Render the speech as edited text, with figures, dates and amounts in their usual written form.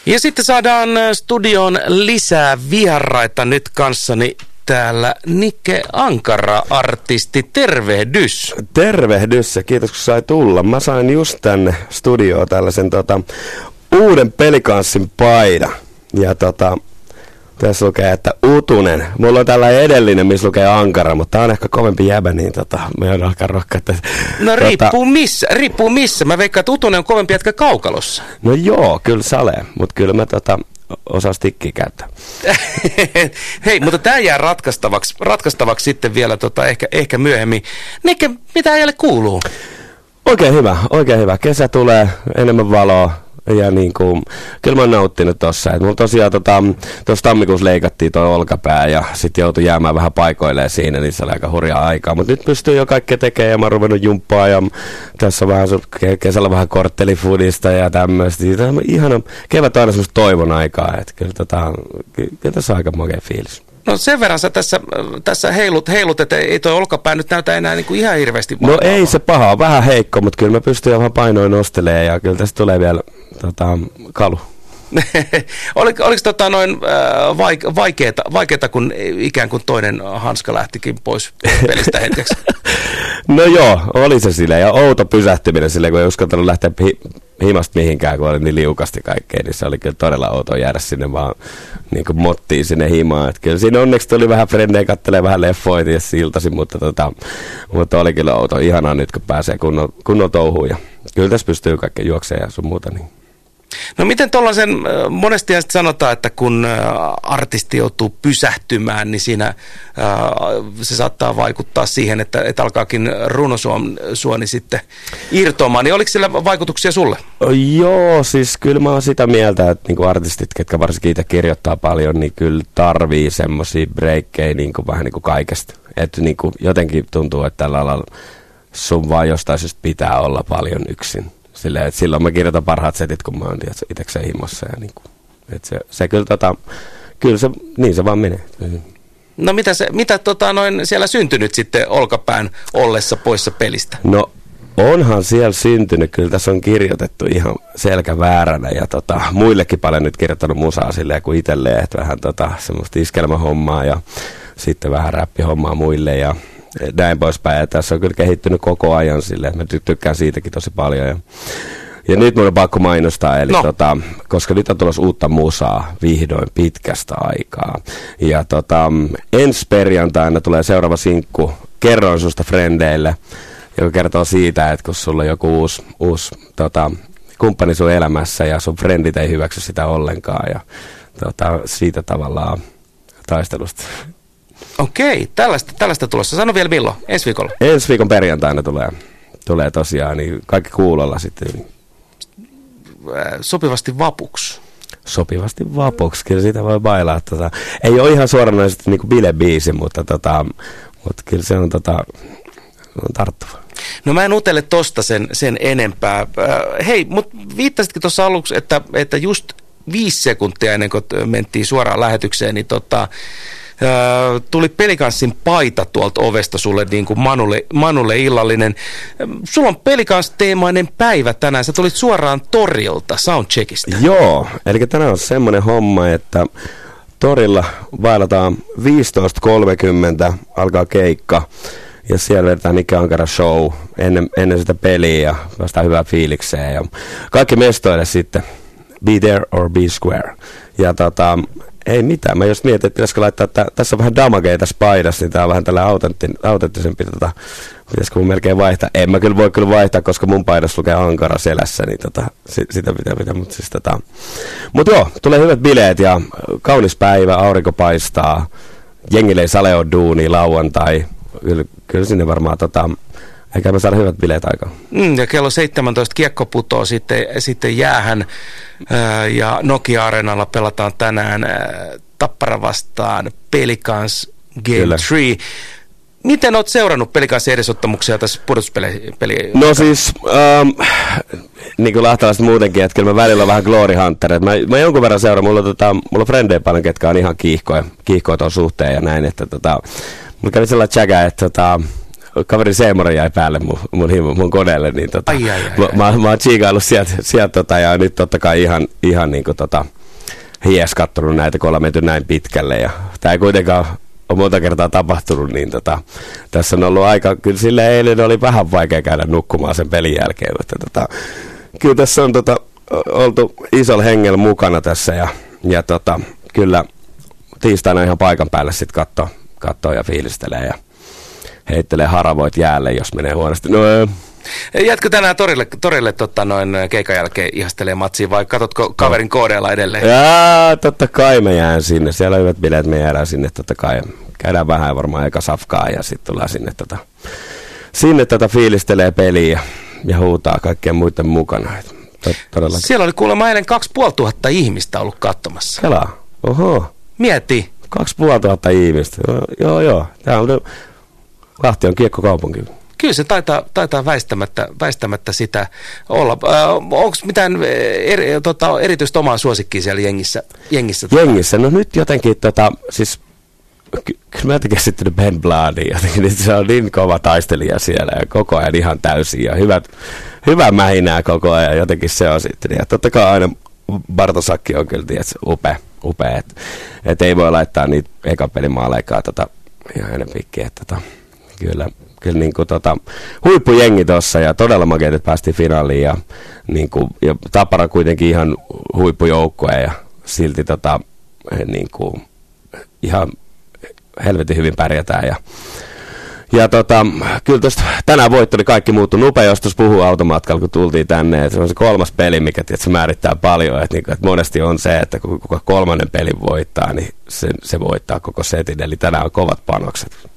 Ja sitten saadaan studioon lisää vieraita nyt kanssani. Täällä Nikke Ankara-artisti, tervehdys. Tervehdys ja kiitos kun sai tulla. Mä sain just tänne studioon tällaisen uuden pelikanssin paidan. Ja tässä lukee, että Utunen. Mulla on tällainen edellinen, missä lukee Ankara, mutta tää on ehkä kovempi jäbä, niin me on alkaa rokkaa. No riippuu missä. Mä veikkaan, että Utunen on kovempi jätkä kaukalossa. No joo, kyllä sale, mutta kyllä mä osaa stikkiä käyttää. Hei, mutta tää jää ratkaistavaksi sitten vielä ehkä myöhemmin. Nikke, mitä äijälle kuuluu? Oikein hyvä. Kesä tulee, enemmän valoa. Ja kyllä mä oon nauttinut tossa. Et mulla tosiaan tuossa tammikuussa leikattiin toi olkapää ja sitten joutui jäämään vähän paikoilleen siinä, niin se oli aika hurjaa aikaa. Mutta nyt pystyy jo kaikkea tekemään ja mä oon ruvennut jumppaa ja tässä on vähän kesällä vähän korttelifudista ja tämmöistä. Ihana, kevät on aina semmoista toivon aikaa, että kyllä tässä on aika makea fiilis. No sen verran sä tässä heilut, että ei toi olkapää nyt näytä enää niinku ihan hirveästi. No ei se paha, on vähän heikko, mutta kyllä mä pystyn jo vähän painoin nostelemaan ja kyllä tästä tulee vielä kalu. Oliko vaikeeta, kun ikään kuin toinen hanska lähtikin pois pelistä hetkeksi? No joo, oli se silleen ja outo pysähtyminen silleen, kun ei uskaltanut lähteä himasta mihinkään, kun oli niin liukasti kaikkea, niin se oli kyllä todella outo jäädä sinne vaan niin kuin mottiin sinne himaan. Et kyllä siinä onneksi tuli vähän frendejä kattelee vähän leffoita ja siltasi, mutta oli kyllä outo. Ihanaa nyt, kun pääsee kunnon touhuun ja kyllä tässä pystyy kaikkea juoksemaan ja sun muuta. Niin. No miten tuollaisen, monesti sanotaan, että kun artisti joutuu pysähtymään, niin siinä se saattaa vaikuttaa siihen, että alkaakin runosuoni sitten irtoamaan. Niin oliko sillä vaikutuksia sulle? Joo, siis kyllä mä oon sitä mieltä, että niinku artistit, ketkä varsinkin itse kirjoittaa paljon, niin kyllä tarvii semmosia breikkejä niinku vähän niinku kaikesta. Että niinku jotenkin tuntuu, että tällä alalla sun vaan jostain syystä pitää olla paljon yksin. Silloin mä kirjoitan parhaat setit, kun mä oon itsekseen himossa. Ja se kyllä, kyllä se, niin se vaan menee. No mitä siellä syntynyt sitten olkapään ollessa poissa pelistä? No onhan siellä syntynyt, kyllä tässä on kirjoitettu ihan selkä vääränä ja muillekin paljon nyt kirjoittanut musaa silleen kuin itselleen, että vähän semmoista iskelmähommaa ja sitten vähän räppihommaa muille ja näin poispäin. Ja tässä on kyllä kehittynyt koko ajan silleen, että mä tykkään siitäkin tosi paljon. Ja nyt mun on pakko mainostaa, eli koska nyt on tulossa uutta musaa vihdoin pitkästä aikaa. Ja ensi perjantaina tulee seuraava sinkku, Kerroin susta frendeille, joka kertoo siitä, että kun sulla on joku uusi kumppani sun elämässä ja sun frendit ei hyväksy sitä ollenkaan ja siitä tavallaan taistelusta. Okei, tällaista tulossa. Sano vielä milloin? Ensi viikolla? Ensi viikon perjantaina tulee tosiaan, niin kaikki kuulolla sitten. Sopivasti vapuksi. Sopivasti vapuksi, kyllä siitä voi bailaa. Ei ole ihan suoranaisesti niin kuin bilebiisi, mutta kyllä se on tarttuva. No mä en utele tosta sen enempää. Hei, mutta viittasitkin tuossa aluksi, että just 5 sekuntia ennen kuin mentiin suoraan lähetykseen, niin tuli pelikanssin paita tuolta ovesta sulle niin kuin Manulle illallinen. Sulla on pelikans-teemainen päivä tänään. Sä tulit suoraan torilta, Soundcheckista. Joo, eli tänään on semmoinen homma, että torilla vaelletaan 15.30, alkaa keikka. Ja siellä vedetään Nikke Ankara show ennen sitä peliä ja päästään hyvää fiilikseen. Ja kaikki mestoille sitten, be there or be square. Ja ei mitään. Mä just mietin, että pitäisikö laittaa, tässä on vähän damagea tässä paidassa, niin tää on vähän tällä autenttisempi. Pitäisikö mun melkein vaihtaa? En mä kyllä voi vaihtaa, koska mun paidassa lukee Ankara selässä, niin sitä pitää. Mutta joo, tulee hyvät bileet ja kaunis päivä, aurinko paistaa, jengille ei sale ole duunia lauantai. Kyllä sinne varmaan eikä me saada hyvät bileet aikaan. Ja kello 17 kiekko putoo sitten jäähän ja Nokia-areenalla pelataan tänään Tappara vastaan Pelicans Game 3. Miten olet seurannut Pelicansin edesottamuksia tässä pudotuspeli? No siis, niin kuin lahtelaiset muutenkin, että kyllä mä välillä on vähän glory hunter. Mä jonkun verran seuraan, mulla on frendejä paljon, ketkä on ihan kiihkoja ton suhteen ja näin, että mulla kävi sellainen tsäkä, että kaveri Seemora jäi päälle mun koneelle, niin mä oon tsiikaillut sieltä ja nyt totta kai ihan niinku hies kattonut näitä, kun ollaan menty näin pitkälle. Ja tää ei kuitenkaan ole monta kertaa tapahtunut, niin tässä on ollut aika, kyllä sille eilen oli vähän vaikea käydä nukkumaan sen pelin jälkeen, mutta kyllä tässä on oltu isolla hengellä mukana tässä ja kyllä tiistaina ihan paikan päälle sitten kattoo ja fiilistelee ja heittelee haravoit jäälle, jos menee huonosti. No, jätkö tänään torille keikan jälkeen ihastelee matsiin vai katsotko kaverin koodeilla edelleen? Jaa, totta kai mä jään sinne. Siellä on hyvät bileet, me jäädään sinne totta kai. Käydään vähän varmaan eka safkaa ja sitten tullaan sinne fiilistelee peliä ja huutaa kaikkien muiden mukana. Todellakin. Siellä oli kuulemma eilen 2500 ihmistä ollut katsomassa. Kelaa, oho. Mieti. 2500 ihmistä, joo. Tämä on Lahti on kiekkokaupunki. Kyllä se taitaa väistämättä sitä olla. Onko mitään erityistä omaa suosikkia siellä jengissä? Jengissä? No nyt jotenkin, siis kyllä mä jotenkin käsittänyt Ben Bloodin jotenkin, niin se on niin kova taistelija siellä ja koko ajan ihan täysin ja hyvä mähinää koko ajan, jotenkin se on sitten. Ja totta kai aina Bartosakki on kyllä upea, että ei voi laittaa niitä ekan pelimaaleikkaa ihan ennen pikkiä, että kyllä niin kuin huippujengi tuossa ja todella makeet, että päästiin finaaliin ja, niin kuin, ja Tappara kuitenkin ihan huippujoukkue ja silti niin kuin, ihan helvetin hyvin pärjätään ja kyllä tuosta tänään voitto, niin kaikki muuttui nopeasti, tuossa puhuu automatkalla, kun tultiin tänne, että se on se 3. peli, mikä se määrittää paljon, että monesti on se, että kun 3. pelin voittaa, niin se voittaa koko setin, eli tänään on kovat panokset.